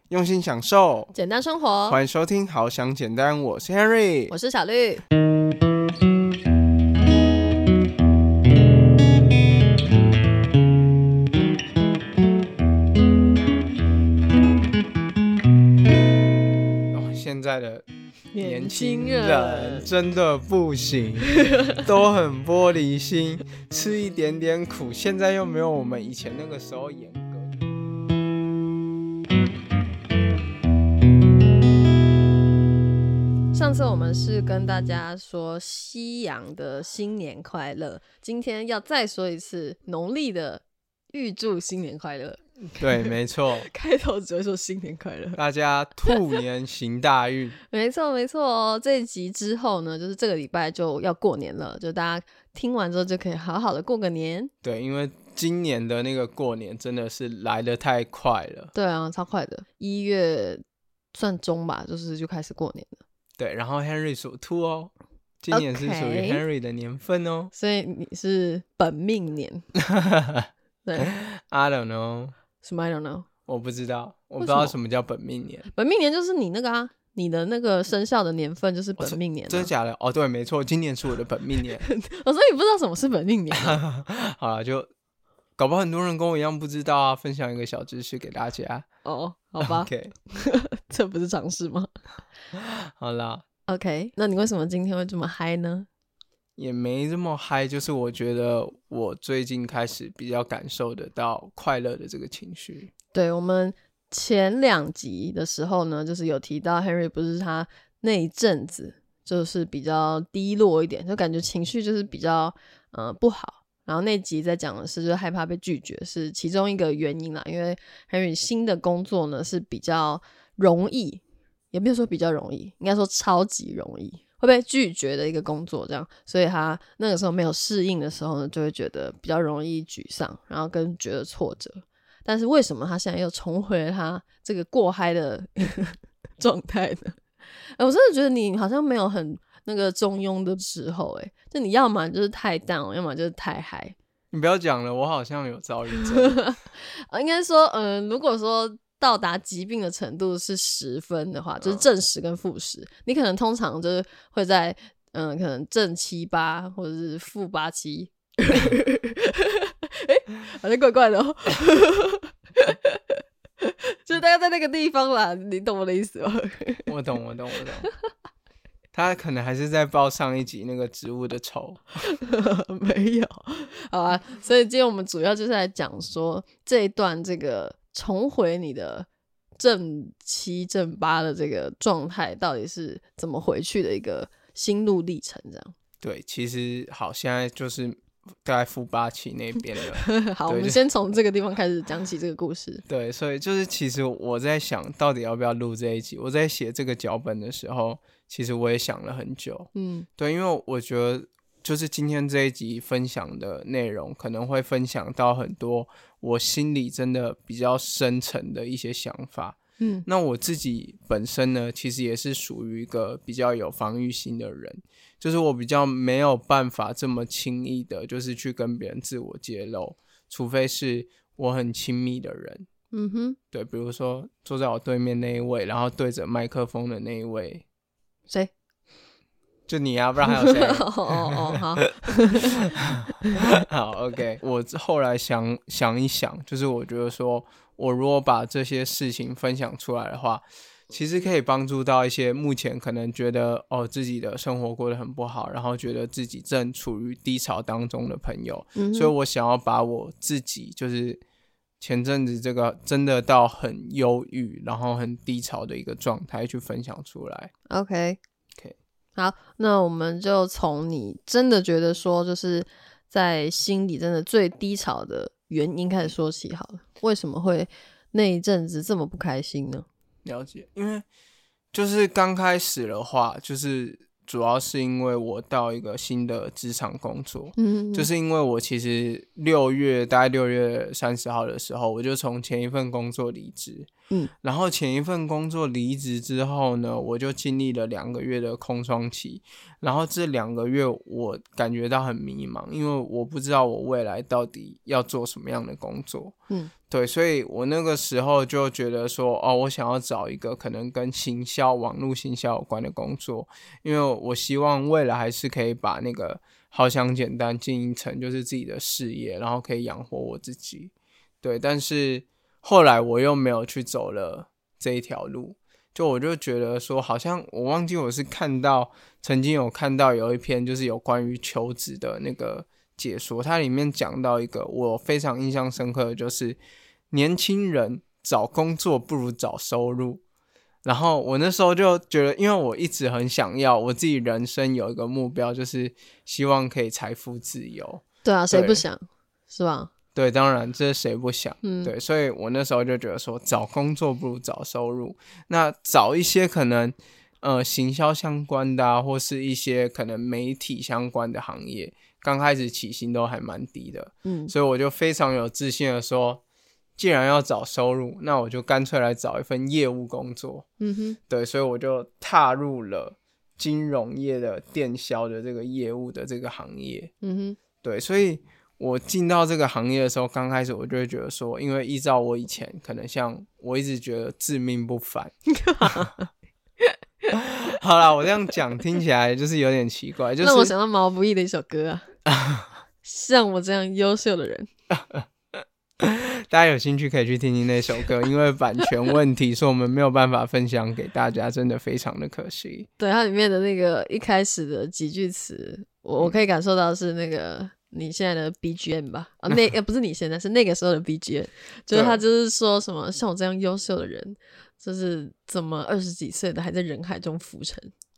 用心享受简单生活。 欢迎收听好想简单，我是 Henry， 我是小绿。 现在的年轻轻人真的不行都很玻璃心，吃一点点苦，现在又没有我们以前那个时候严格。 上次我们是跟大家说西洋的新年快乐，今天要再说一次农历的预祝新年快乐。 对，没错， 开头只会说新年快乐， 大家兔年行大运。 没错没错哦。这一集之后呢，就是这个礼拜就要过年了，就大家听完之后就可以好好的过个年。 对，因为今年的那个过年真的是来得太快了。 对啊，超快的，1月算中吧，就开始过年了。 对，然后 Henry 属兔哦，今年是属于 Henry 的年份哦， 所以你是本命年。对 I don't know， 什么 I don't know， 我不知道，我不知道什么叫本命年。 本命年就是你那个啊，你的那个生肖的年份就是本命年、啊真的假的？哦，对，没错，今年是我的本命年。 我说你不知道什么是本命年、啊、 好了，就搞不好很多人跟我一样不知道啊，分享一个小知识给大家。 哦，好吧。 OK， 这不是常识吗？ 好啦 OK， 那你为什么今天会这么嗨呢？ 也没这么嗨，就是我觉得我最近开始比较感受得到快乐的这个情绪。 对，我们前2集的时候呢，就是有提到 Henry 不是他那一阵子就是比较低落一点，就感觉情绪就是比较不好。然后那集在讲的是就是害怕被拒绝是其中一个原因啦，因为 Henry 新的工作呢是比较容易，也没有说比较容易，应该说超级容易会被拒绝的一个工作，这样，所以他那个时候没有适应的时候呢，就会觉得比较容易沮丧，然后跟觉得挫折。但是为什么他现在又重回了他这个过嗨的状态呢？我真的觉得你好像没有很那个中庸的时候，就你要么就是太down，要么就是太嗨。 你不要讲了，我好像有躁郁症。 应该说，如果说到达疾病的程度是10分的话，就是正10跟负10，你可能通常就是会在可能正7、8或者是负8、7，好像怪怪的哦。就是大概在那个地方啦，你懂我的意思吗？ 我懂。他可能还是在报上一集那个植物的仇。 没有，好啊。所以今天我们主要就是来讲说这一段这个重回你的正7正8的这个状态到底是怎么回去的一个心路历程这样。 对，其实好，现在就是大概负8期那边了。 好，我们先从这个地方开始讲起这个故事。 对，所以就是其实我在想到底要不要录这一集，我在写这个脚本的时候其实我也想了很久。对，因为我觉得就是今天这一集分享的内容可能会分享到很多我心里真的比较深层的一些想法。那我自己本身呢，其实也是属于一个比较有防御心的人，就是我比较没有办法这么轻易的就是去跟别人自我揭露，除非是我很亲密的人。对，比如说坐在我对面那一位，然后对着麦克风的那一位。 谁？ 就你啊，不然还有谁？ 好。 好 OK， 我后来想一想，就是我觉得说我如果把这些事情分享出来的话，其实可以帮助到一些目前可能觉得自己的生活过得很不好，然后觉得自己正处于低潮当中的朋友。所以我想要把我自己就是前阵子这个真的到很忧郁然后很低潮的一个状态去分享出来。 OK， 好，那我们就从你真的觉得说就是在心里真的最低潮的原因开始说起好了。为什么会那一阵子这么不开心呢？ 了解，因为就是刚开始的话，就是主要是因为我到一个新的职场工作。就是因为我其实大概6月30号的时候，我就从前一份工作离职， 然后前一份工作离职之后呢，我就经历了2个月的空窗期，然后这2个月我感觉到很迷茫，因为我不知道我未来到底要做什么样的工作。对，所以我那个时候就觉得说，我想要找一个可能跟行销、网络行销有关的工作，因为我希望未来还是可以把那个好想简单经营成就是自己的事业，然后可以养活我自己。对，但是后来我又没有去走了这一条路，我就觉得说，好像我忘记我是曾经有看到有一篇就是有关于求职的那个解说，它里面讲到一个我非常印象深刻的，就是年轻人找工作不如找收入。然后我那时候就觉得，因为我一直很想要我自己人生有一个目标，就是希望可以财富自由。 对啊，谁不想是吧？ 对，当然这谁不想。对，所以我那时候就觉得说，找工作不如找收入。那找一些可能行销相关的啊，或是一些可能媒体相关的行业，刚开始起薪都还蛮低的。所以我就非常有自信的说，既然要找收入，那我就干脆来找一份业务工作。对，所以我就踏入了金融业的电销的这个业务的这个行业。对，所以我进到这个行业的时候，刚开始我就会觉得说，因为依照我以前可能像我一直觉得自命不凡。好啦，我这样讲听起来就是有点奇怪，就是让我想到毛不易的一首歌啊。像我这样优秀的人。 大家有兴趣可以去听听那首歌，因为版权问题所以我们没有办法分享给大家，真的非常的可惜。 对，它里面的那个一开始的几句词，我可以感受到是那个你现在的 BGM 吧？不是你现在，是那个时候的 BGM。就是他就是说什么像我这样优秀的人，就是怎么20几岁的还在人海中浮沉。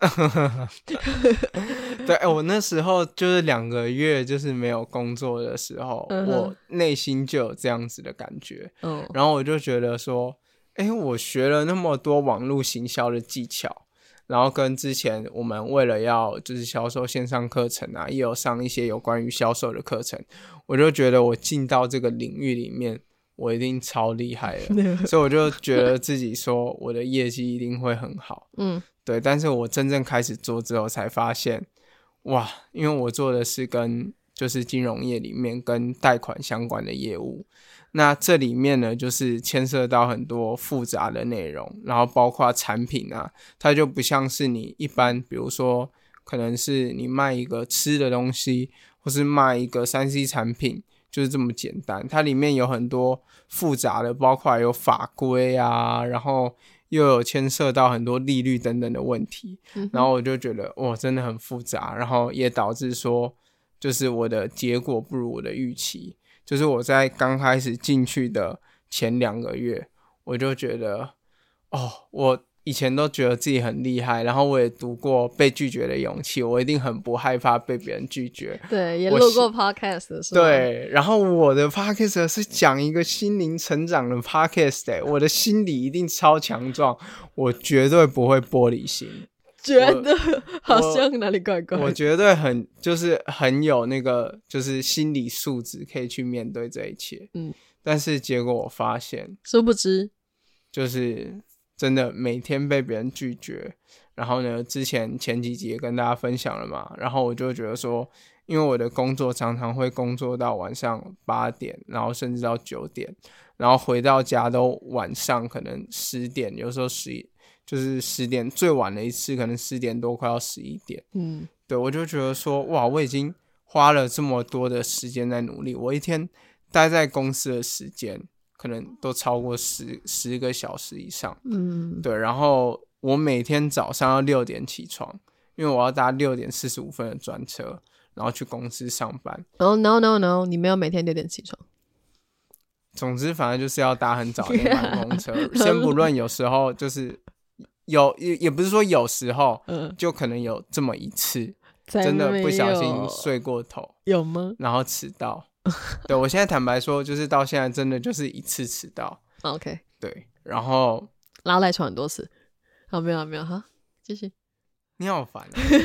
对，我那时候就是2个月就是没有工作的时候，我内心就有这样子的感觉。然后我就觉得说，我学了那么多网络行销的技巧，然后跟之前我们为了要就是销售线上课程啊，也有上一些有关于销售的课程，我就觉得我进到这个领域里面，我一定超厉害了。所以我就觉得自己说我的业绩一定会很好。对，但是我真正开始做之后才发现，哇，因为我做的是跟就是金融业里面跟贷款相关的业务，那这里面呢就是牵涉到很多复杂的内容，然后包括产品啊，它就不像是你一般比如说可能是你卖一个吃的东西，或是卖一个 3C 产品，就是这么简单，它里面有很多复杂的，包括有法规啊，然后又有牵涉到很多利率等等的问题。然后我就觉得哇，真的很复杂，然后也导致说就是我的结果不如我的预期。就是我在刚开始进去的前2个月，我就觉得我以前都觉得自己很厉害，然后我也读过被拒绝的勇气，我一定很不害怕被别人拒绝。 对，也录过 podcast 的是吗？ 对，然后我的 podcast 是讲一个心灵成长的 podcast，我的心理一定超强壮，我绝对不会玻璃心。 觉得好像哪里怪怪的。 我绝对就是很有那个就是心理素质可以去面对这一切。但是结果我发现， 殊不知就是真的每天被别人拒绝。然后呢，前几集也跟大家分享了嘛，然后我就觉得说，因为我的工作常常会工作到晚上8点，然后甚至到9点，然后回到家都晚上可能10点，有时候就是10点，最晚的一次可能10点多快要11点。对，我就觉得说哇，我已经花了这么多的时间在努力，我一天待在公司的时间可能都超过10个小时以上。对，然后我每天早上要6点起床，因为我要搭6点45分的专车，然后去公司上班。 No， 你没有每天6点起床。 总之反正就是要搭很早的那班公车。先不论有时候就是也不是说有时候，就可能有这么一次真的不小心睡过头。有吗？然后迟到。对，我现在坦白说，就是到现在真的就是一次迟到。 OK。 对，然后赖床很多次。好，没有哈，继续。 你好烦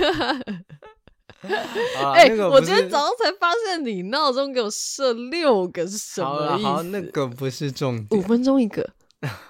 我今天早上才发现你闹钟给我设6个是什么意思？ 好，那个不是重点。 5分钟一个。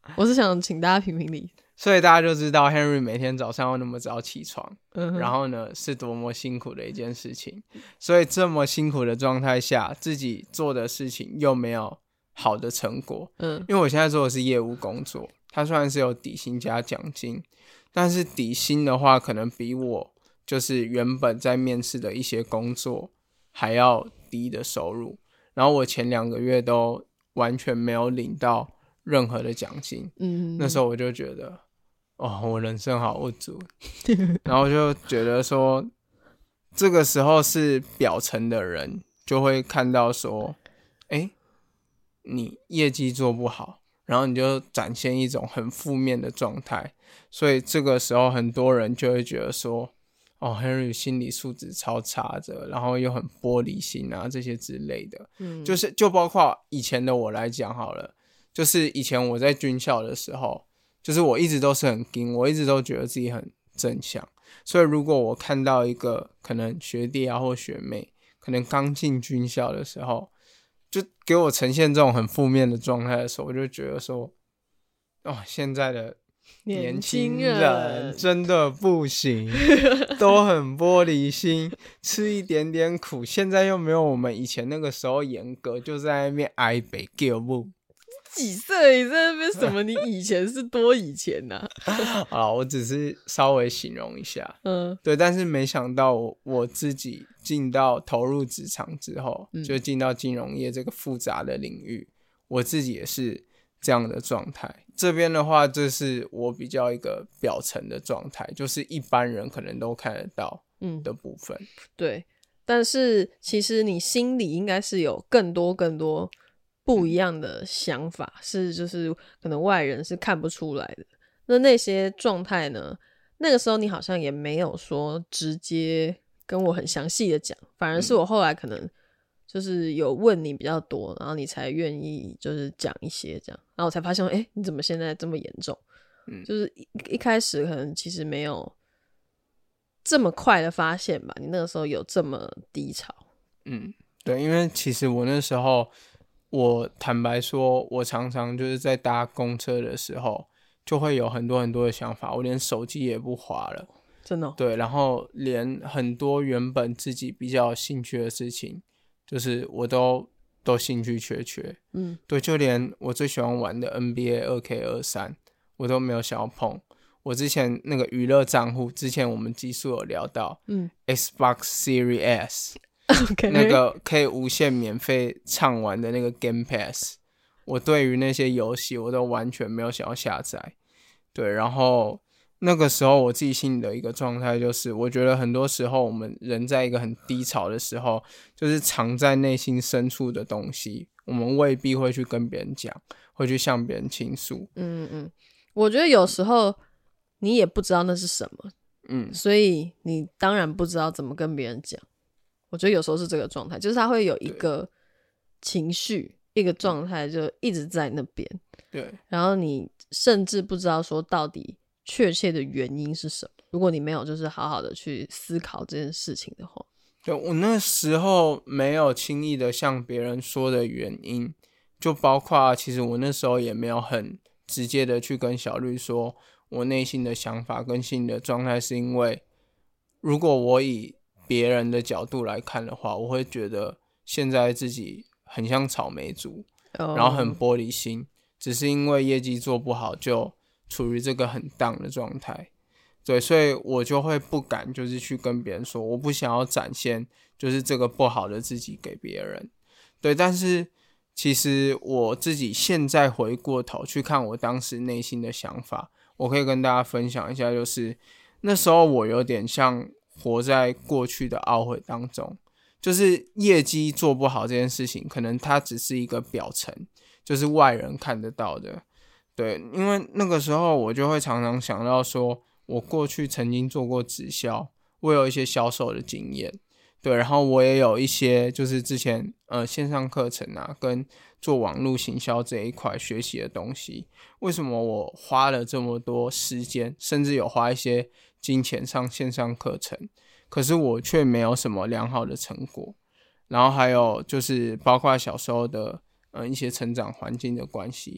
我是想请大家评评理。 所以大家就知道 Henry 每天早上要那么早起床，然后呢是多么辛苦的一件事情。所以这么辛苦的状态下，自己做的事情又没有好的成果。因为我现在做的是业务工作，它虽然是有底薪加奖金，但是底薪的话可能比我就是原本在面试的一些工作还要低的收入，然后我前2个月都完全没有领到任何的奖金。那时候我就觉得我人生好无助然后就觉得说这个时候是表层的人就会看到说你业绩做不好，然后你就展现一种很负面的状态，所以这个时候很多人就会觉得说Henry 心理素质超差的，然后又很玻璃心啊这些之类的。就包括以前的我来讲好了，就是以前我在军校的时候，就是我一直都是很硬，我一直都觉得自己很正向，所以如果我看到一个可能学弟啊或学妹可能刚进军校的时候就给我呈现这种很负面的状态的时候，我就觉得说现在的年轻人真的不行都很玻璃心，吃一点点苦，现在又没有我们以前那个时候严格，就在那边挨北叫不几岁？你在那边什么？你以前是多以前啊好，我只是稍微形容一下。对，但是没想到我自己投入职场之后，就进到金融业这个复杂的领域，我自己也是这样的状态。这边的话，这是我比较一个表层的状态，就是一般人可能都看得到的部分。 对，但是其实你心里应该是有更多不一样的想法，是就是可能外人是看不出来的。那些状态呢，那个时候你好像也没有说直接跟我很详细的讲，反而是我后来可能就是有问你比较多，然后你才愿意就是讲一些这样，然后我才发现你怎么现在这么严重。就是一开始可能其实没有这么快的发现吧，你那个时候有这么低潮。 对，因为其实我那时候我坦白说，我常常就是在搭公车的时候就会有很多很多的想法，我连手机也不滑了， 真的对，然后连很多原本自己比较有兴趣的事情，就是我都兴趣缺缺。对，就连我最喜欢玩的 NBA 2K23 我都没有想要碰。我之前那个娱乐账户，之前我们集数有聊到Xbox Series S那个可以无限免费畅玩的那个 Game Pass， 我对于那些游戏我都完全没有想要下载。对，然后那个时候我自己心里的一个状态就是，我觉得很多时候我们人在一个很低潮的时候，就是藏在内心深处的东西，我们未必会去跟别人讲，会去向别人倾诉。 我觉得有时候你也不知道那是什么，所以你当然不知道怎么跟别人讲。我觉得有时候是这个状态，就是他会有一个情绪一个状态就一直在那边， 对， 然后你甚至不知道说到底确切的原因是什么，如果你没有就是好好的去思考这件事情的话。 对，我那时候没有轻易的向别人说的原因，就包括其实我那时候也没有很直接的去跟小绿说我内心的想法跟心理的状态，是因为如果我以别人的角度来看的话，我会觉得现在自己很像草莓族，然后很玻璃心，只是因为业绩做不好就处于这个很down的状态。对，所以我就会不敢就是去跟别人说，我不想要展现就是这个不好的自己给别人。对，但是其实我自己现在回过头去看我当时内心的想法，我可以跟大家分享一下，就是那时候我有点像活在过去的懊悔当中，就是业绩做不好这件事情，可能它只是一个表层，就是外人看得到的。对，因为那个时候我就会常常想到说，我过去曾经做过直销，我有一些销售的经验，对，然后我也有一些就是之前线上课程啊，跟做网络行销这一块学习的东西，为什么我花了这么多时间，甚至有花一些金钱上线上课程，可是我却没有什么良好的成果。然后还有就是包括小时候的一些成长环境的关系，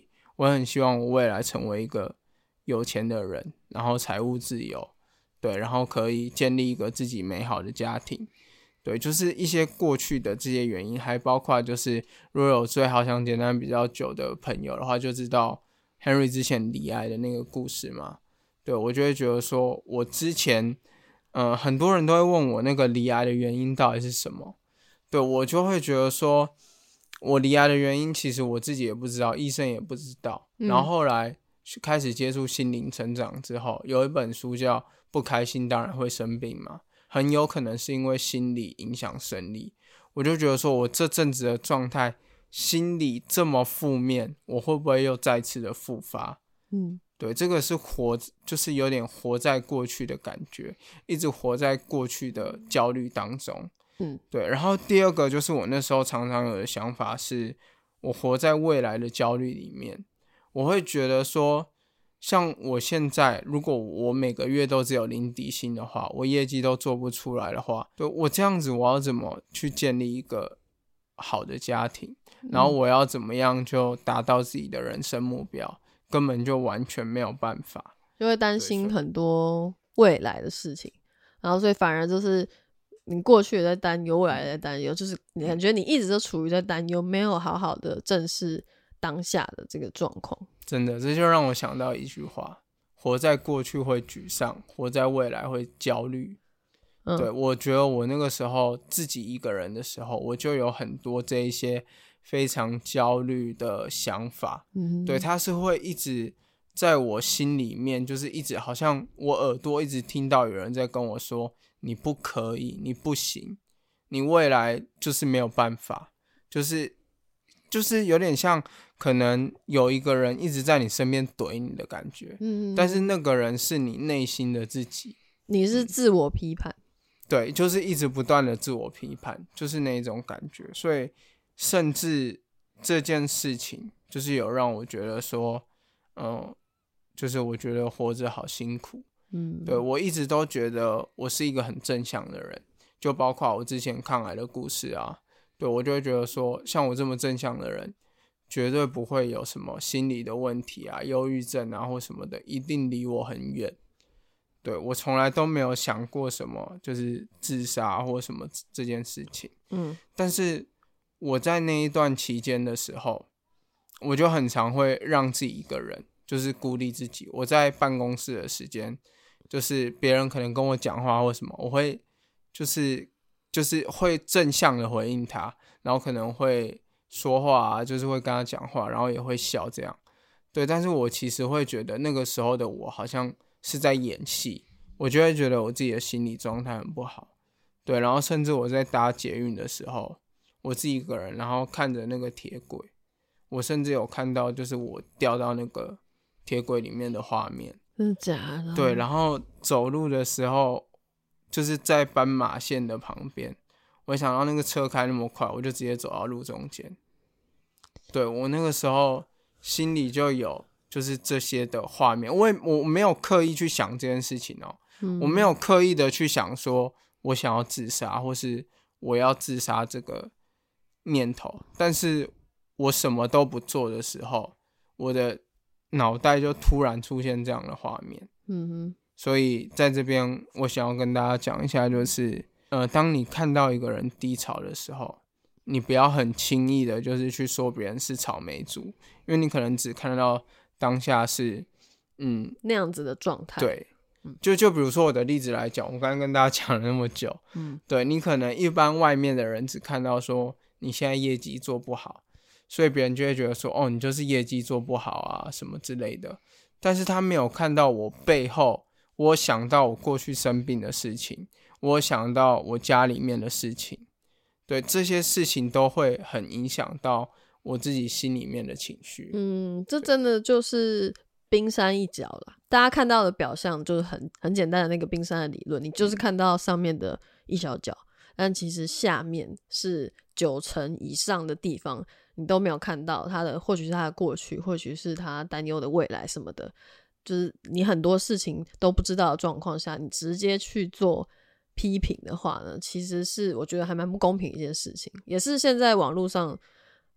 我很希望我未来成为一个有钱的人，然后财务自由，对，然后可以建立一个自己美好的家庭，对，就是一些过去的这些原因，还包括就是如果有追好想简单比较久的朋友的话，就知道 Henry 之前罹癌的那个故事嘛。对，我就会觉得说我之前很多人都会问我那个罹癌的原因到底是什么，对，我就会觉得说我罹癌的原因其实我自己也不知道，医生也不知道，然后后来开始接触心灵成长之后，有一本书叫《不开心当然会生病》嘛，很有可能是因为心理影响生理，我就觉得说我这阵子的状态心理这么负面，我会不会又再次的复发？对，这个是就是有点活在过去的感觉，一直活在过去的焦虑当中。对。然后第二个就是我那时候常常有的想法是，我活在未来的焦虑里面。我会觉得说，像我现在，如果我每个月都只有零底薪的话，我业绩都做不出来的话，对，我这样子我要怎么去建立一个好的家庭？然后我要怎么样就达到自己的人生目标？根本就完全没有办法， 就会担心很多未来的事情，然后所以反而就是你过去也在担忧，未来也在担忧，就是你感觉你一直都处于在担忧，没有好好的正视当下的这个状况。 真的，这就让我想到一句话：活在过去会沮丧，活在未来会焦虑。对，我觉得我那个时候自己一个人的时候，我就有很多这一些非常焦虑的想法。对，它是会一直在我心里面，就是一直好像我耳朵一直听到有人在跟我说你不可以，你不行，你未来就是没有办法，就是有点像可能有一个人一直在你身边怼你的感觉。但是那个人是你内心的自己， 你是自我批判。 对，就是一直不断的自我批判，就是那种感觉。所以甚至这件事情就是有让我觉得说就是我觉得活着好辛苦。对，我一直都觉得我是一个很正向的人，就包括我之前抗癌的故事啊，对，我就会觉得说像我这么正向的人绝对不会有什么心理的问题啊，忧郁症啊或什么的，一定离我很远。对，我从来都没有想过什么就是自杀或什么这件事情。但是我在那一段期间的时候，我就很常会让自己一个人，就是孤立自己。我在办公室的时间，就是别人可能跟我讲话或什么，我会就是会正向的回应他，然后可能会说话啊，就是会跟他讲话，然后也会笑这样。对，但是我其实会觉得那个时候的我好像是在演戏，我就会觉得我自己的心理状态很不好。对，然后甚至我在搭捷运的时候，我自己一个人，然后看着那个铁轨，我甚至有看到就是我掉到那个铁轨里面的画面。 真的假的？ 对，然后走路的时候就是在斑马线的旁边，我想到那个车开那么快，我就直接走到路中间。对，我那个时候心里就有就是这些的画面，我没有刻意去想这件事情哦，我没有刻意的去想说我想要自杀或是我要自杀这个念头，但是我什么都不做的时候，我的脑袋就突然出现这样的画面。所以在这边我想要跟大家讲一下，就是当你看到一个人低潮的时候，你不要很轻易的就是去说别人是草莓族，因为你可能只看到当下是那样子的状态。 对，就比如说我的例子来讲，我刚刚跟大家讲了那么久，对，你可能一般外面的人只看到说你现在业绩做不好，所以别人就会觉得说你就是业绩做不好啊什么之类的，但是他没有看到我背后，我想到我过去生病的事情，我想到我家里面的事情，对，这些事情都会很影响到我自己心里面的情绪。 这真的就是冰山一角啦，大家看到的表象就是很简单的那个冰山的理论，你就是看到上面的一小角，但其实下面是90%以上的地方你都没有看到他的，或许是他的过去，或许是他担忧的未来什么的，就是你很多事情都不知道的状况下，你直接去做批评的话呢，其实是我觉得还蛮不公平一件事情，也是现在网络上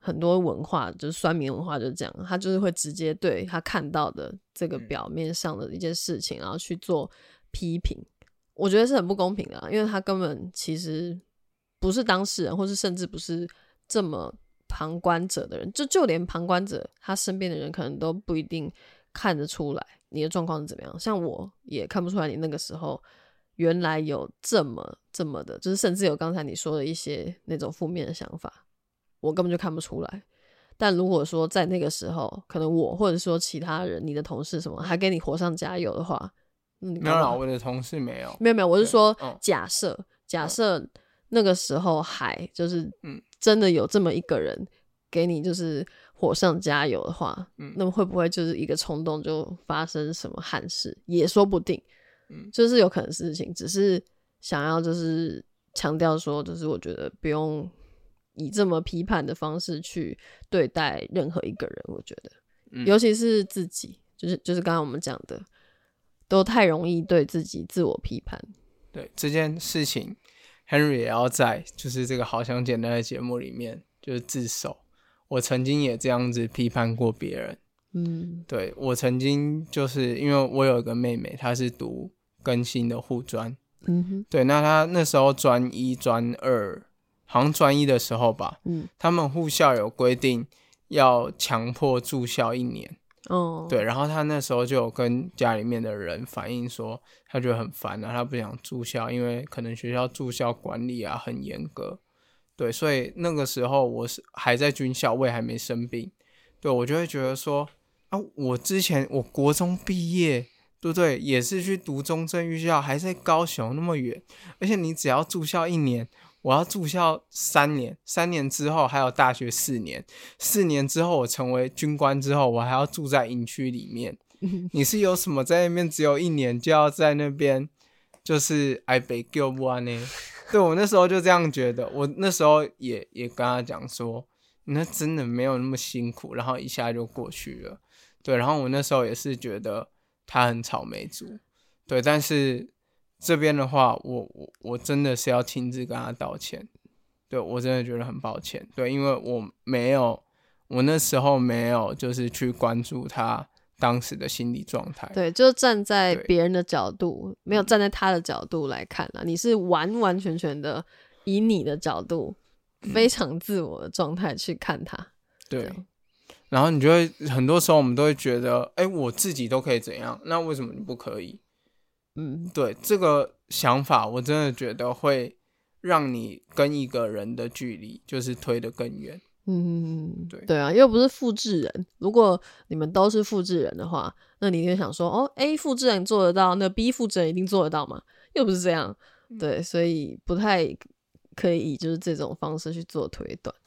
很多文化就是酸民文化就是这样，他就是会直接对他看到的这个表面上的一件事情然后去做批评，我觉得是很不公平的因为他根本其实不是当事人，或是甚至不是这么旁观者的人，就连旁观者他身边的人可能都不一定看得出来你的状况是怎么样，像我也看不出来你那个时候原来有这么的，就是甚至有刚才你说的一些那种负面的想法，我根本就看不出来。但如果说在那个时候可能我或者说其他人你的同事什么还给你火上加油的话， 没有啦，我的同事没有， 没有，我是说假设那个时候还就是真的有这么一个人给你就是火上加油的话，那么会不会就是一个冲动就发生什么憾事也说不定，就是有可能事情，只是想要就是强调说，就是我觉得不用以这么批判的方式去对待任何一个人，我觉得尤其是自己，就是刚刚我们讲的都太容易对自己自我批判。 对这件事情 Henry 也要在就是这个好想简单的节目里面就是自首，我曾经也这样子批判过别人。对，我曾经就是因为我有一个妹妹，她是读更新的护专，对，那她那时候专一专二，好像专一的时候吧，他们护校有规定要强迫住校1年，对，然后她那时候就有跟家里面的人反映说，她觉得很烦啊，她不想住校，因为可能学校住校管理啊很严格，对，所以那个时候我是还在军校，我也还没生病，对，我就会觉得说啊，我之前我国中毕业，对不对？也是去读中正预校，还在高雄那么远，而且你只要住校1年，我要住校3年，3年之后还有大学4年，4年之后我成为军官之后，我还要住在营区里面。你是有什么在那边只有1年就要在那边就是挨北救不安呢？对，我那时候就这样觉得，我那时候也跟他讲说，那真的没有那么辛苦，然后一下就过去了。对，然后我那时候也是觉得他很草莓族，对，但是这边的话，我真的是要亲自跟他道歉，对，我真的觉得很抱歉，对，因为我那时候没有就是去关注他当时的心理状态， 对，就站在别人的角度，没有站在他的角度来看啦，你是完完全全的以你的角度，非常自我的状态去看他， 对。然后你就会很多时候我们都会觉得我自己都可以怎样，那为什么你不可以？对，这个想法我真的觉得会让你跟一个人的距离就是推得更远。对啊，又不是复制人，如果你们都是复制人的话，那你就想说A 复制人做得到，那 B 复制人一定做得到嘛，又不是这样，对，所以不太可以以就是这种方式去做推断。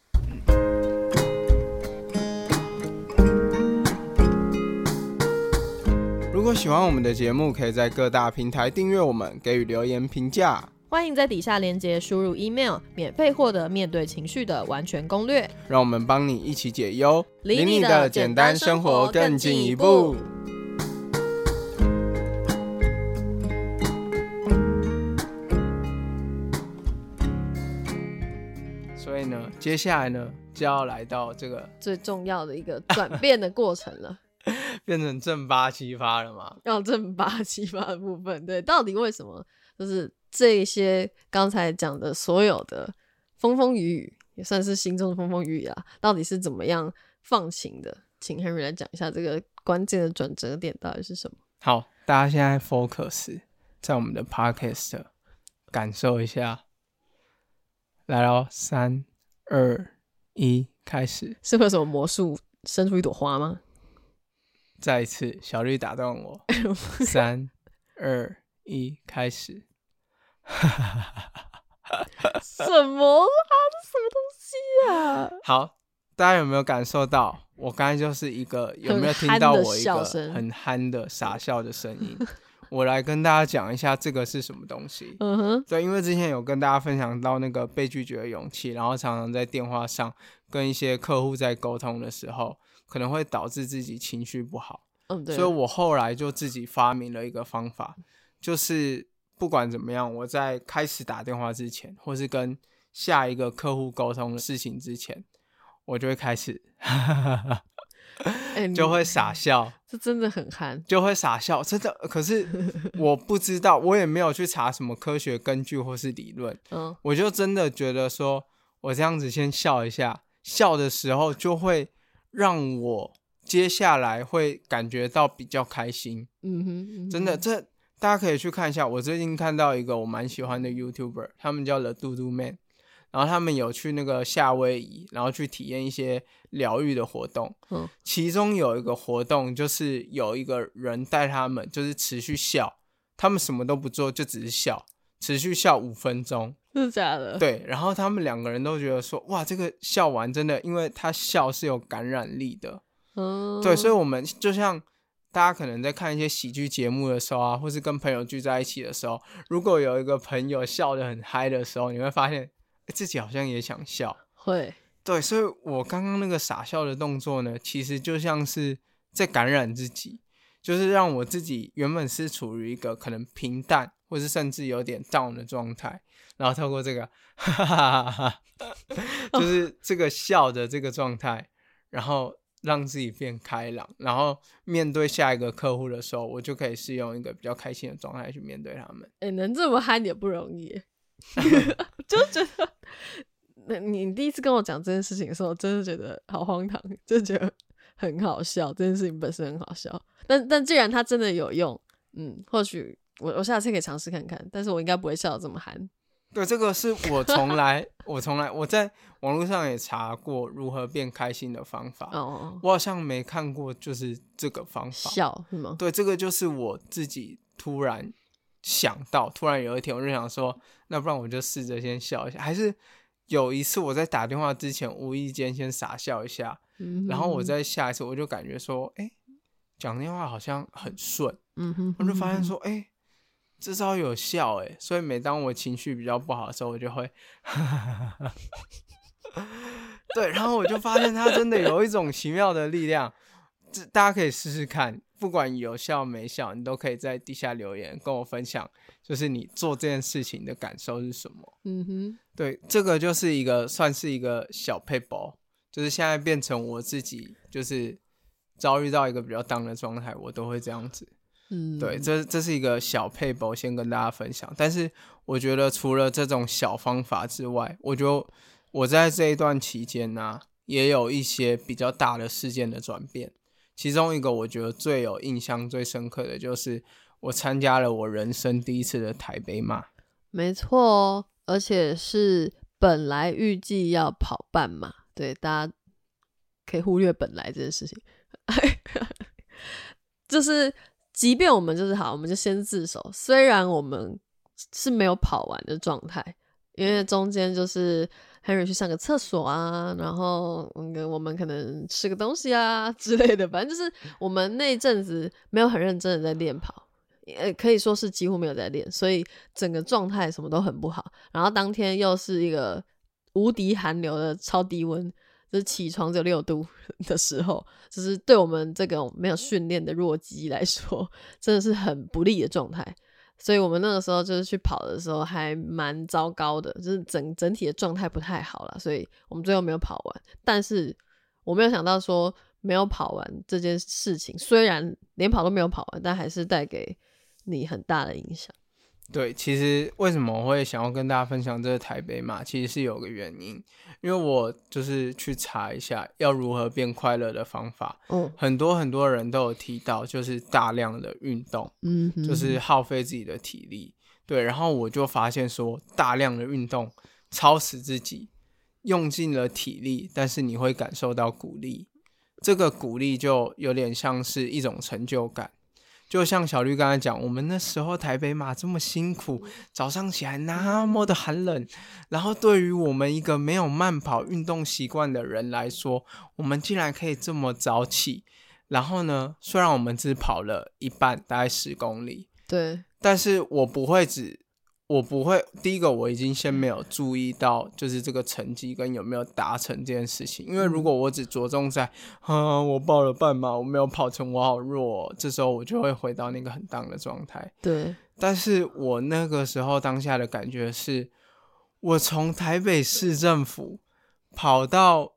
如果喜欢我们的节目，可以在各大平台订阅我们，给予留言评价。 欢迎在底下连结输入 email， 免费获得面对情绪的完全攻略。 让我们帮你一起解忧，离你的简单生活更进一步。所以呢，接下来呢，就要来到这个最重要的一个转变的过程了。 变成正八七八了嘛？ 要正八七八的部分，对，到底为什么？就是这些刚才讲的所有的风风雨雨，也算是心中的风风雨雨啦，到底是怎么样放晴的？请 Henry 来讲一下这个关键的转折点到底是什么？ 好，大家现在 focus 在我们的 podcast， 感受一下。来咯，3、2、1，开始。 是会有什么魔术生出一朵花吗？ 再一次，小绿打断我。3、2、1，开始。 什么啊？这什么东西啊？ 好，大家有没有感受到？我刚才就是一个，有没有听到我一个很憨的傻笑的声音？我来跟大家讲一下这个是什么东西。对，因为之前有跟大家分享到那个被拒绝的勇气，然后常常在电话上跟一些客户在沟通的时候，可能会导致自己情绪不好。 对， 所以我后来就自己发明了一个方法，就是不管怎么样，我在开始打电话之前，或是跟下一个客户沟通的事情之前， 我就会开始就会傻笑， 这真的很憨， 就会傻笑，真的。可是我不知道，我也没有去查什么科学根据或是理论，我就真的觉得说我这样子先笑一下，笑的时候就会让我接下来会感觉到比较开心。真的，这大家可以去看一下。我最近看到一个我蛮喜欢的 YouTuber， 他们叫 The Doodoo Man， 然后他们有去那个夏威夷，然后去体验一些疗愈的活动。其中有一个活动就是有一个人带他们就是持续笑，他们什么都不做，就只是笑，持续笑5分钟。 是假的？ 对，然后他们2个人都觉得说，哇，这个笑完真的，因为他笑是有感染力的。对，所以我们就像大家可能在看一些喜剧节目的时候啊，或是跟朋友聚在一起的时候，如果有一个朋友笑得很嗨的时候，你会发现自己好像也想笑。 会。 对，所以我刚刚那个傻笑的动作呢，其实就像是在感染自己，就是让我自己原本是处于一个可能平淡或是甚至有点 down 的状态，然后透过这个就是这个笑的这个状态，然后让自己变开朗，然后面对下一个客户的时候，我就可以是用一个比较开心的状态去面对他们。 能这么憨也不容易就觉得你第一次跟我讲这件事情的时候，真的觉得好荒唐，就觉得很好笑，这件事情本身很好笑，但既然它真的有用，或许我下次可以尝试看看，但是我应该不会笑得这么憨。 对，这个是我从来我在网络上也查过如何变开心的方法，我好像没看过就是这个方法。 笑是吗？ 对，这个就是我自己突然想到，突然有一天我就想说，那不然我就试着先笑一下。还是有一次我在打电话之前无意间先傻笑一下，然后我在下一次我就感觉说，讲电话好像很顺，我就发现说，这招有效所以每当我情绪比较不好的时候，我就会对，然后我就发现它真的有一种奇妙的力量，大家可以试试看，不管有效没效，你都可以在底下留言跟我分享，就是你做这件事情的感受是什么。对，这个就是算是一个小撇步，就是现在变成我自己就是遭遇到一个比较down的状态，我都会这样子。对，这是一个小撇步，先跟大家分享。但是我觉得除了这种小方法之外，我觉得我在这一段期间呢，也有一些比较大的事件的转变。其中一个我觉得最有印象最深刻的就是我参加了我人生第一次的台北马。 没错，而且是本来预计要跑半马。对，大家可以忽略本来这件事情就是即便我们就是好，我们就先自首，虽然我们是没有跑完的状态，因为中间就是 Henry 去上个厕所啊，然后我们可能吃个东西啊之类的，反正就是我们那一阵子没有很认真的在练跑，可以说是几乎没有在练，所以整个状态什么都很不好。然后当天又是一个无敌寒流的超低温，就是起床只有6度的时候，就是对我们这个没有训练的弱鸡来说，真的是很不利的状态。所以我们那个时候就是去跑的时候还蛮糟糕的，就是整体的状态不太好啦，所以我们最后没有跑完。但是我没有想到说没有跑完这件事情，虽然连跑都没有跑完，但还是带给你很大的影响。 对，其实为什么我会想要跟大家分享这个台北马，其实是有个原因，因为我就是去查一下要如何变快乐的方法。很多人都有提到，就是大量的运动，就是耗费自己的体力。对，然后我就发现说，大量的运动超死自己，用尽了体力，但是你会感受到鼓励，这个鼓励就有点像是一种成就感。就像小绿刚才讲，我们那时候台北马这么辛苦，早上起来那么的寒冷，然后对于我们一个没有慢跑运动习惯的人来说，我们竟然可以这么早起。然后呢，虽然我们只跑了一半，大概10公里， 对， 但是我不会第一个我已经先没有注意到就是这个成绩跟有没有达成这件事情，因为如果我只着重在我报了半马我没有跑成我好弱这时候我就会回到那个很down的状态。 对， 但是我那个时候当下的感觉是，我从台北市政府跑到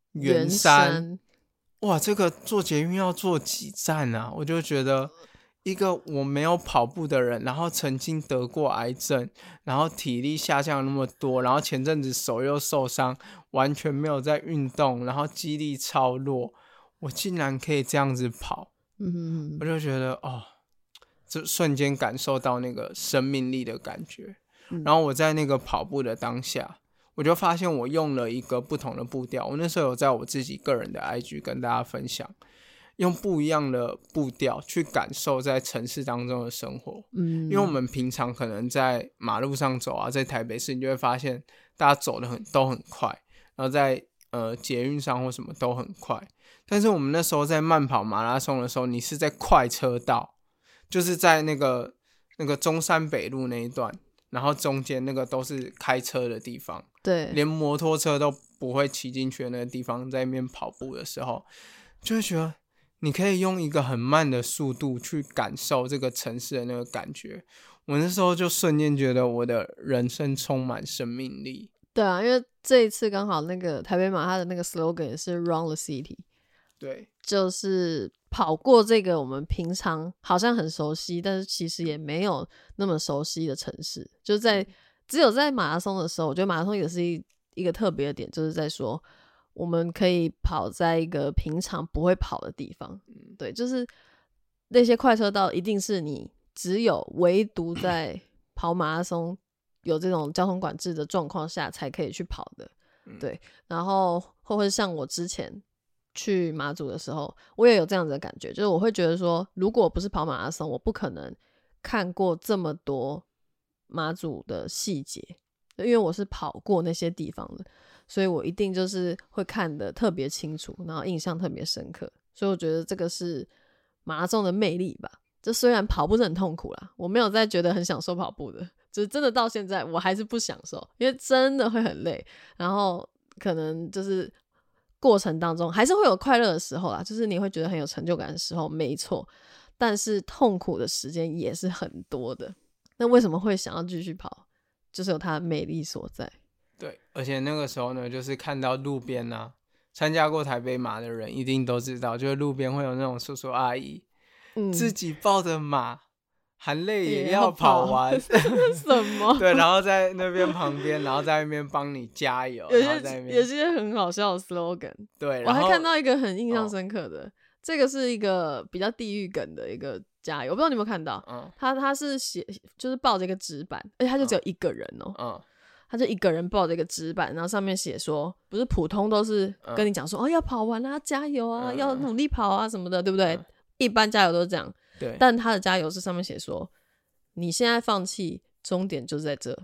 圆山，哇，这个坐捷运要坐几站啊？我就觉得一个我没有跑步的人，然后曾经得过癌症，然后体力下降那么多，然后前阵子手又受伤，完全没有在运动，然后肌力超弱，我竟然可以这样子跑，我就觉得哦，就瞬间感受到那个生命力的感觉。然后我在那个跑步的当下，我就发现我用了一个不同的步调。我那时候有在我自己个人的 IG 跟大家分享，用不一样的步调去感受在城市当中的生活。因为我们平常可能在马路上走啊，在台北市你就会发现大家走的都很快，然后在捷运上或什么都很快。但是我们那时候在慢跑马拉松的时候，你是在快车道，就是在那个中山北路那一段，然后中间那个都是开车的地方， 对， 连摩托车都不会骑进去的那个地方，在那边跑步的时候，就会觉得你可以用一个很慢的速度去感受这个城市的那个感觉。我那时候就瞬间觉得我的人生充满生命力。 对啊，因为这一次刚好那个台北马它的那个 slogan 也是 Run the City， 对， 就是跑过这个我们平常好像很熟悉，但是其实也没有那么熟悉的城市。就在只有在马拉松的时候，我觉得马拉松也是一个特别的点，就是在说我们可以跑在一个平常不会跑的地方。对，就是那些快车道一定是你只有唯独在跑马拉松有这种交通管制的状况下才可以去跑的。对，然后或者像我之前去马祖的时候，我也有这样子的感觉，就是我会觉得说，如果不是跑马拉松，我不可能看过这么多马祖的细节，因为我是跑过那些地方的，所以我一定就是会看得特别清楚，然后印象特别深刻。所以我觉得这个是马拉松的魅力吧。就虽然跑步是很痛苦啦，我没有再觉得很享受跑步的，就是真的到现在我还是不享受，因为真的会很累，然后可能就是过程当中还是会有快乐的时候啦，就是你会觉得很有成就感的时候，没错，但是痛苦的时间也是很多的。那为什么会想要继续跑？就是有它的魅力所在。 对，而且那个时候呢，就是看到路边啊，参加过台北马的人一定都知道，就是路边会有那种叔叔阿姨，自己抱着马，含泪也要跑完， 什么？ 对，然后在那边旁边，然后在那边帮你加油， 有些很好笑的 slogan。 对， 我还看到一个很印象深刻的，这个是一个比较地狱梗的一个加油，我不知道你有没有看到。他是写就是抱着一个纸板，而且他就只有一个人哦。他就一个人抱着一个纸板，然后上面写说，不是普通都是跟你讲说，哦，要跑完啊，加油啊，要努力跑啊什么的，对不对？一般加油都是这样。 对， 但他的加油是上面写说，你现在放弃，终点就在这。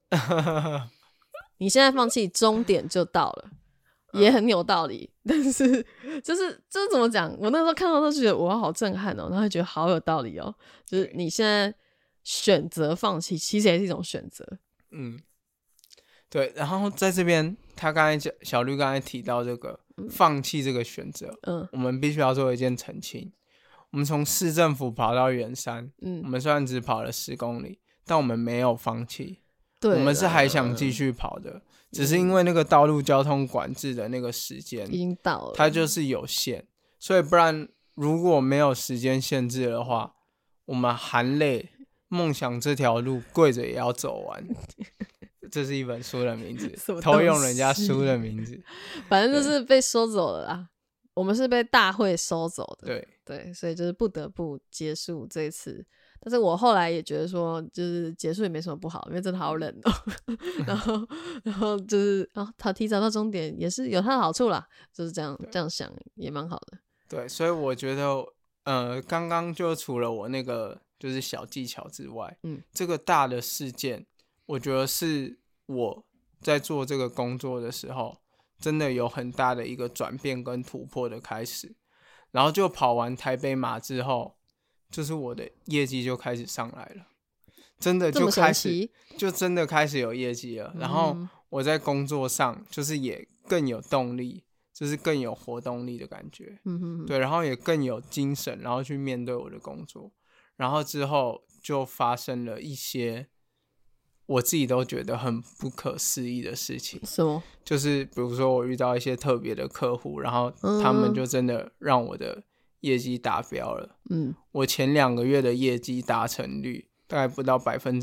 你现在放弃，终点就到了，也很有道理。但是就是怎么讲？我那时候看到都觉得哇，好震撼哦，然后觉得好有道理哦。就是你现在选择放弃，其实也是一种选择。 对。然后在这边，他刚才小绿刚才提到这个放弃这个选择，我们必须要做一件澄清。我们从市政府跑到圆山，我们虽然只跑了10公里，但我们没有放弃，我们是还想继续跑的，只是因为那个道路交通管制的那个时间已经到了， 它就是有限，所以不然如果没有时间限制的话，我们含泪梦想这条路跪着也要走完。这是一本书的名字，偷用人家书的名字， 反正就是被收走了啦。我们是被大会收走的，对，所以就是不得不结束这一次。但是我后来也觉得说，就是结束也没什么不好，因为真的好冷哦。然后就是他提早到终点也是有他的好处啦，就是这样想也蛮好的。 对，所以我觉得刚刚就除了我那个就是小技巧之外，这个大的事件，我觉得是我在做这个工作的时候，真的有很大的一个转变跟突破的开始。然后就跑完台北马之后，就是我的业绩就开始上来了，真的就开始就真的开始有业绩了。然后我在工作上就是也更有动力，就是更有活动力的感觉，对，然后也更有精神，然后去面对我的工作。然后之后就发生了一些我自己都觉得很不可思议的事情。 什么？ 就是比如说我遇到一些特别的客户，然后他们就真的让我的业绩达标了。我前2个月的业绩达成率大概不到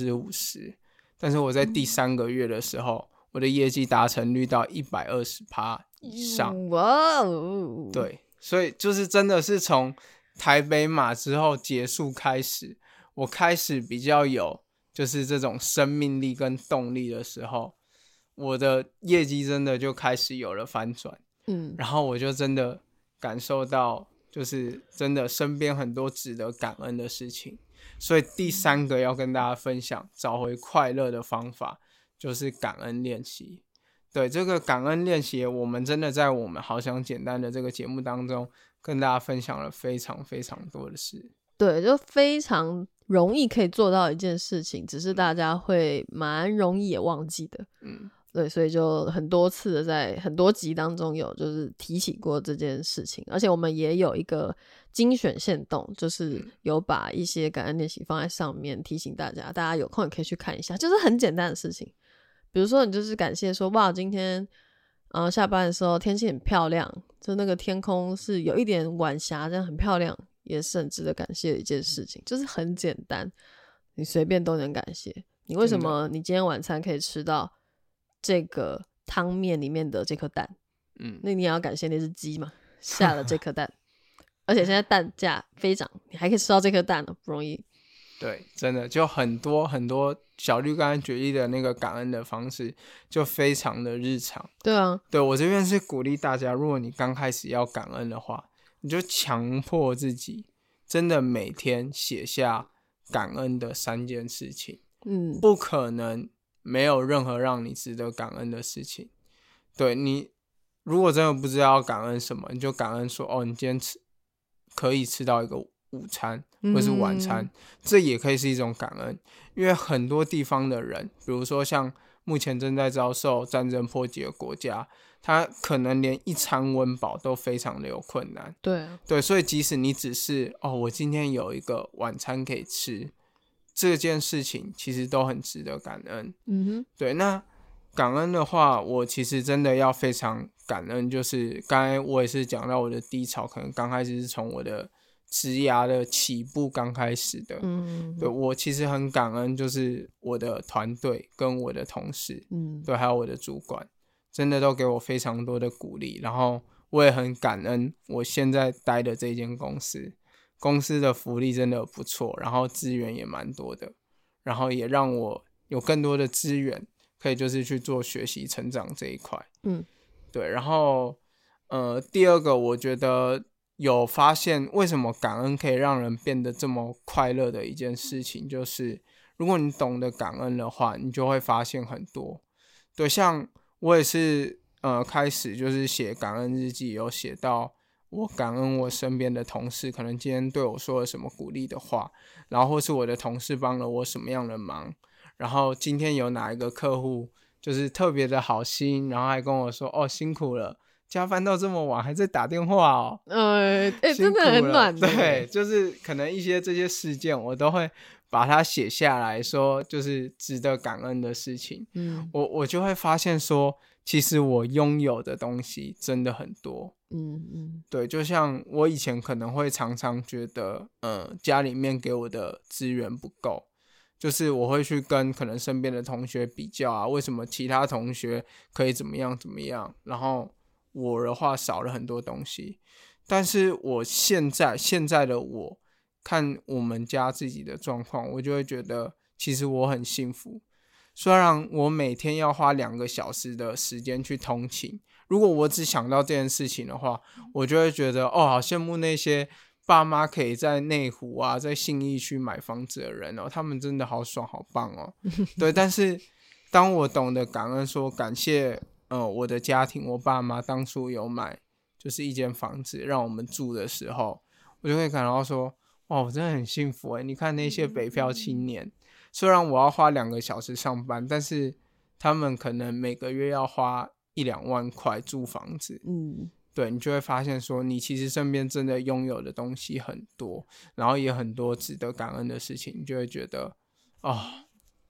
50%，但是我在第3个月的时候，我的业绩达成率到120%以上。 哇哦！ 对，所以就是真的是从台北马之后结束开始，我开始比较有就是这种生命力跟动力的时候，我的业绩真的就开始有了反转。然后我就真的感受到就是真的身边很多值得感恩的事情。所以第3个要跟大家分享找回快乐的方法就是感恩练习。对，这个感恩练习我们真的在我们好想简单的这个节目当中跟大家分享了非常非常多的事。 对，就非常容易可以做到一件事情，只是大家会蛮容易也忘记的。对，所以就很多次的在很多集当中有就是提起过这件事情，而且我们也有一个精选限动，就是有把一些感恩练习放在上面提醒大家，大家有空也可以去看一下，就是很简单的事情。比如说你就是感谢说哇今天下班的时候天气很漂亮，就那个天空是有一点晚霞这样很漂亮，也是很值得感谢的一件事情，就是很简单，你随便都能感谢。你为什么你今天晚餐可以吃到这个汤面里面的这颗蛋？那你也要感谢那只鸡嘛，下了这颗蛋而且现在蛋价飞涨，你还可以吃到这颗蛋，不容易。 对，真的就很多很多小绿刚才举例的那个感恩的方式就非常的日常。 对啊， 对，我这边是鼓励大家，如果你刚开始要感恩的话，你就强迫自己真的每天写下感恩的3件事情。不可能没有任何让你值得感恩的事情。对，你如果真的不知道要感恩什么，你就感恩说你今天可以吃到一个午餐或是晚餐，这也可以是一种感恩。因为很多地方的人，比如说像目前正在遭受战争波及的国家，他可能连一餐温饱都非常的有困难。对，所以即使你只是我今天有一个晚餐可以吃，这件事情其实都很值得感恩。对，那感恩的话，我其实真的要非常感恩，就是刚才我也是讲到我的低潮，可能刚开始是从我的职涯的起步刚开始的。对，我其实很感恩，就是我的团队跟我的同事，对，还有我的主管，真的都给我非常多的鼓励。然后我也很感恩我现在待的这间公司的福利真的不错，然后资源也蛮多的，然后也让我有更多的资源可以就是去做学习成长这一块。对，然后第2个我觉得有发现为什么感恩可以让人变得这么快乐的一件事情，就是如果你懂得感恩的话，你就会发现很多。对，像我也是开始就是写感恩日记，有写到我感恩我身边的同事可能今天对我说了什么鼓励的话，然后或是我的同事帮了我什么样的忙，然后今天有哪一个客户就是特别的好心，然后还跟我说辛苦了，加班到这么晚还在打电话真的很暖的。 对，就是可能一些这些事件我都会把它写下来，说就是值得感恩的事情。我就会发现说其实我拥有的东西真的很多。对，就像我以前可能会常常觉得家里面给我的资源不够，就是我会去跟可能身边的同学比较啊，为什么其他同学可以怎么样怎么样，然后我的话少了很多东西。但是我现在的我看我们家自己的状况，我就会觉得其实我很幸福。虽然我每天要花2个小时的时间去通勤，如果我只想到这件事情的话，我就会觉得好羡慕那些爸妈可以在内湖啊，在信义区买房子的人他们真的好爽好棒对，但是当我懂得感恩说感谢我的家庭，我爸妈当初有买就是一间房子让我们住的时候，我就会感到说我真的很幸福你看那些北漂青年，虽然我要花2个小时上班，但是他们可能每个月要花1-2万块租房子。对，你就会发现说你其实身边真的拥有的东西很多，然后也很多值得感恩的事情，你就会觉得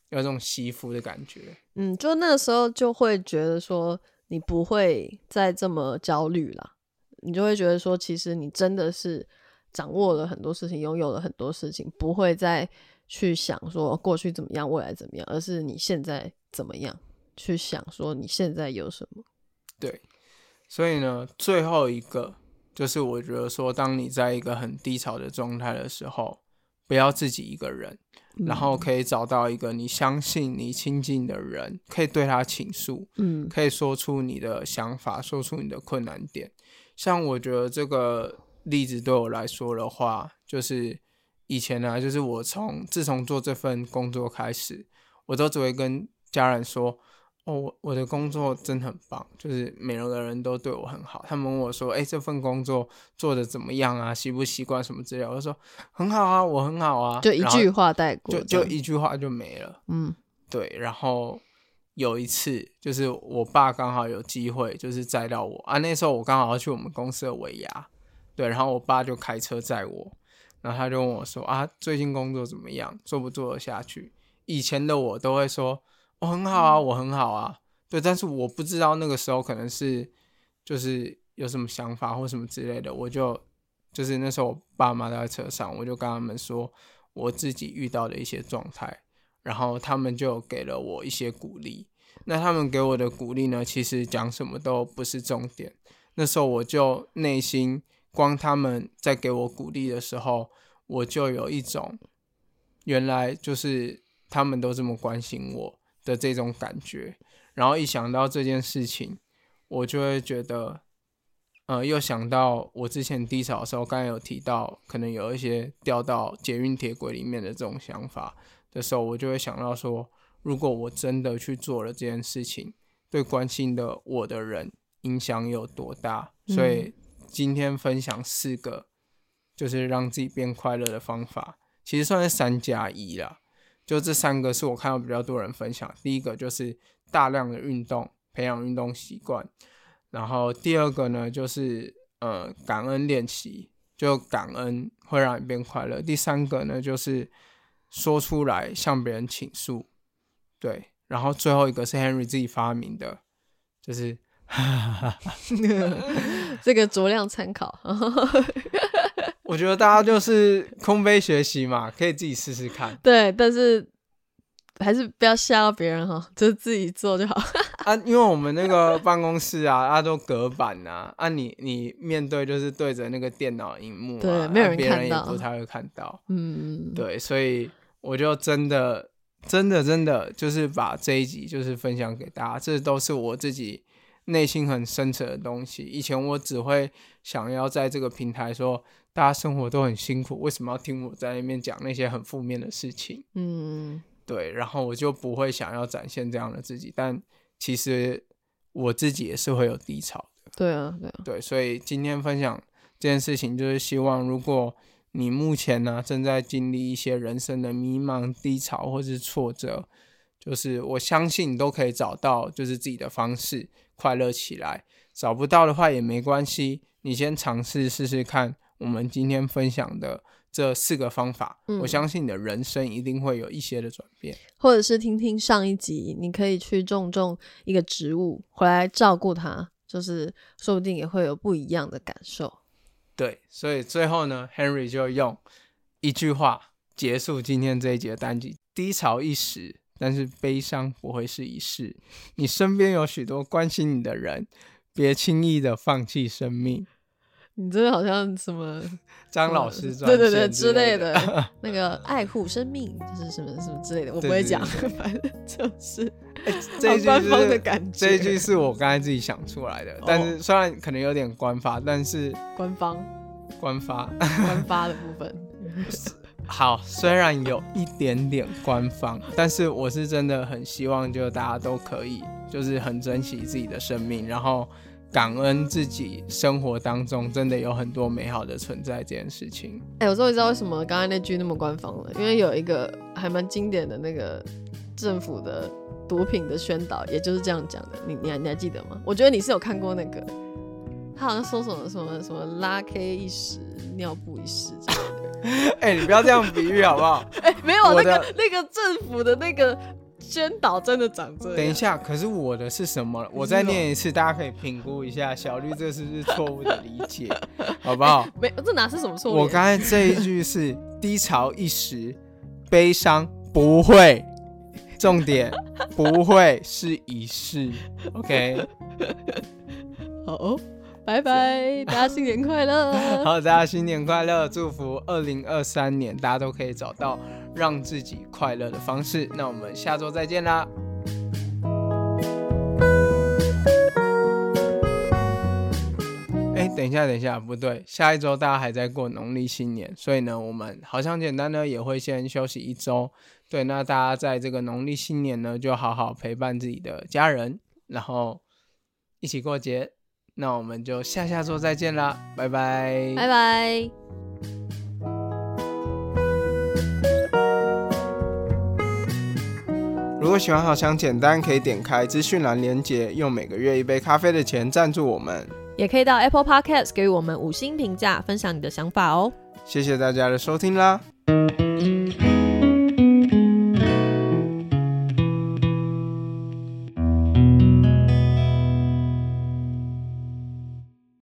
有种惜福的感觉。 就那个时候就会觉得说你不会再这么焦虑啦，你就会觉得说其实你真的是掌握了很多事情，拥有了很多事情，不会再去想说过去怎么样未来怎么样，而是你现在怎么样去想说你现在有什么。 对，所以呢最后一个就是我觉得说当你在一个很低潮的状态的时候，不要自己一个人，然后可以找到一个你相信你亲近的人，可以对他倾诉，可以说出你的想法，说出你的困难点。像我觉得这个例子对我来说的话，就是以前啊，就是我自从做这份工作开始，我都只会跟家人说我的工作真的很棒，就是每个人都对我很好。他们问我说这份工作做的怎么样啊，习不习惯什么之类的，我就说很好啊，我很好啊， 就一句话带过， 就一句话就没了。对。然后有一次就是我爸刚好有机会就是载到我啊，那时候我刚好要去我们公司的尾牙，对，然后我爸就开车载我，然后他就问我说最近工作怎么样，做不做得下去。以前的我都会说很好啊，我很好啊，对，但是我不知道那个时候可能是就是有什么想法或什么之类的，就是那时候我爸妈都在车上，我就跟他们说我自己遇到的一些状态，然后他们就给了我一些鼓励。那他们给我的鼓励呢，其实讲什么都不是重点。那时候我就内心光他们在给我鼓励的时候，我就有一种原来就是他们都这么关心我的这种感觉。然后一想到这件事情，我就会觉得又想到我之前低潮的时候，刚才有提到可能有一些掉到捷运铁轨里面的这种想法的时候，我就会想到说，如果我真的去做了这件事情，对关心的我的人影响有多大。所以今天分享4个就是让自己变快乐的方法，其实算是3+1啦。就这3个是我看到比较多人分享。第一个就是大量的运动，培养运动习惯。然后第二个呢就是感恩练习，就感恩会让你变快乐。第3个呢就是说出来向别人倾诉，对。然后最后一个是 Henry 自己发明的，就是这个酌量参考。 我觉得大家就是空杯学习嘛，可以自己试试看。 对，但是还是不要吓到别人哈，就是自己做就好。 因为我们那个办公室啊，都隔板啊，你面对就是对着那个电脑荧幕啊， 对，没有人看到， 别人也不太会看到。对，所以我就真的就是把这一集就是分享给大家，这都是我自己内心很深层的东西。以前我只会想要在这个平台说大家生活都很辛苦，为什么要听我在那边讲那些很负面的事情？对，然后我就不会想要展现这样的自己，但其实我自己也是会有低潮的。 对啊， 对，所以今天分享这件事情，就是希望如果你目前呢正在经历一些人生的迷茫、低潮或是挫折，就是我相信你都可以找到就是自己的方式快乐起来。找不到的话也没关系，你先尝试试试看我们今天分享的这4个方法，我相信你的人生一定会有一些的转变。 或者是听听上一集，你可以去种一个植物回来照顾它，就是说不定也会有不一样的感受。 对，所以最后呢 Henry 就用一句话结束今天这一集的单集：低潮一时，但是悲伤不会是一世。你身边有许多关心你的人，别轻易的放弃生命。 你真的好像什么张老师专线对之类的那个爱护生命就是什么之类的，我不会讲，反正就是这一句官方的感觉。 这一句是我刚才自己想出来的，但是虽然可能有点官发，但是官发的部分好，虽然有一点点官方，但是我是真的很希望就大家都可以就是很珍惜自己的生命，然后感恩自己生活当中真的有很多美好的存在这件事情。 我终于知道为什么刚才那句那么官方了，因为有一个还蛮经典的那个政府的毒品的宣导，也就是这样讲的。你还记得吗？我觉得你是有看过那个，他好像说什么拉 K 一时，尿布一时之类的。 你不要这样比喻好不好？ 没有那个政府的那个宣导真的长这样。 等一下，可是我的是什么？我再念一次，大家可以评估一下小绿这是不是错误的理解，好不好？ 没，这哪是什么错误？ 我刚才这一句是低潮一时，悲伤不会，重点不会是一世。OK， 好哦，拜拜，大家新年快乐！ 好，大家新年快乐，祝福2023年大家都可以找到让自己快乐的方式。那我们下周再见啦。等一下，不对，下一周大家还在过农历新年，所以呢，我们好像简单呢也会先休息1周。对，那大家在这个农历新年呢，就好好陪伴自己的家人，然后一起过节。那我们就下周再见啦，拜拜， 拜拜。 如果喜欢好想简单，可以点开资讯栏连结，用每个月1杯咖啡的钱赞助我们。 也可以到 Apple Podcast 给予我们5星评价，分享你的想法哦。 谢谢大家的收听啦。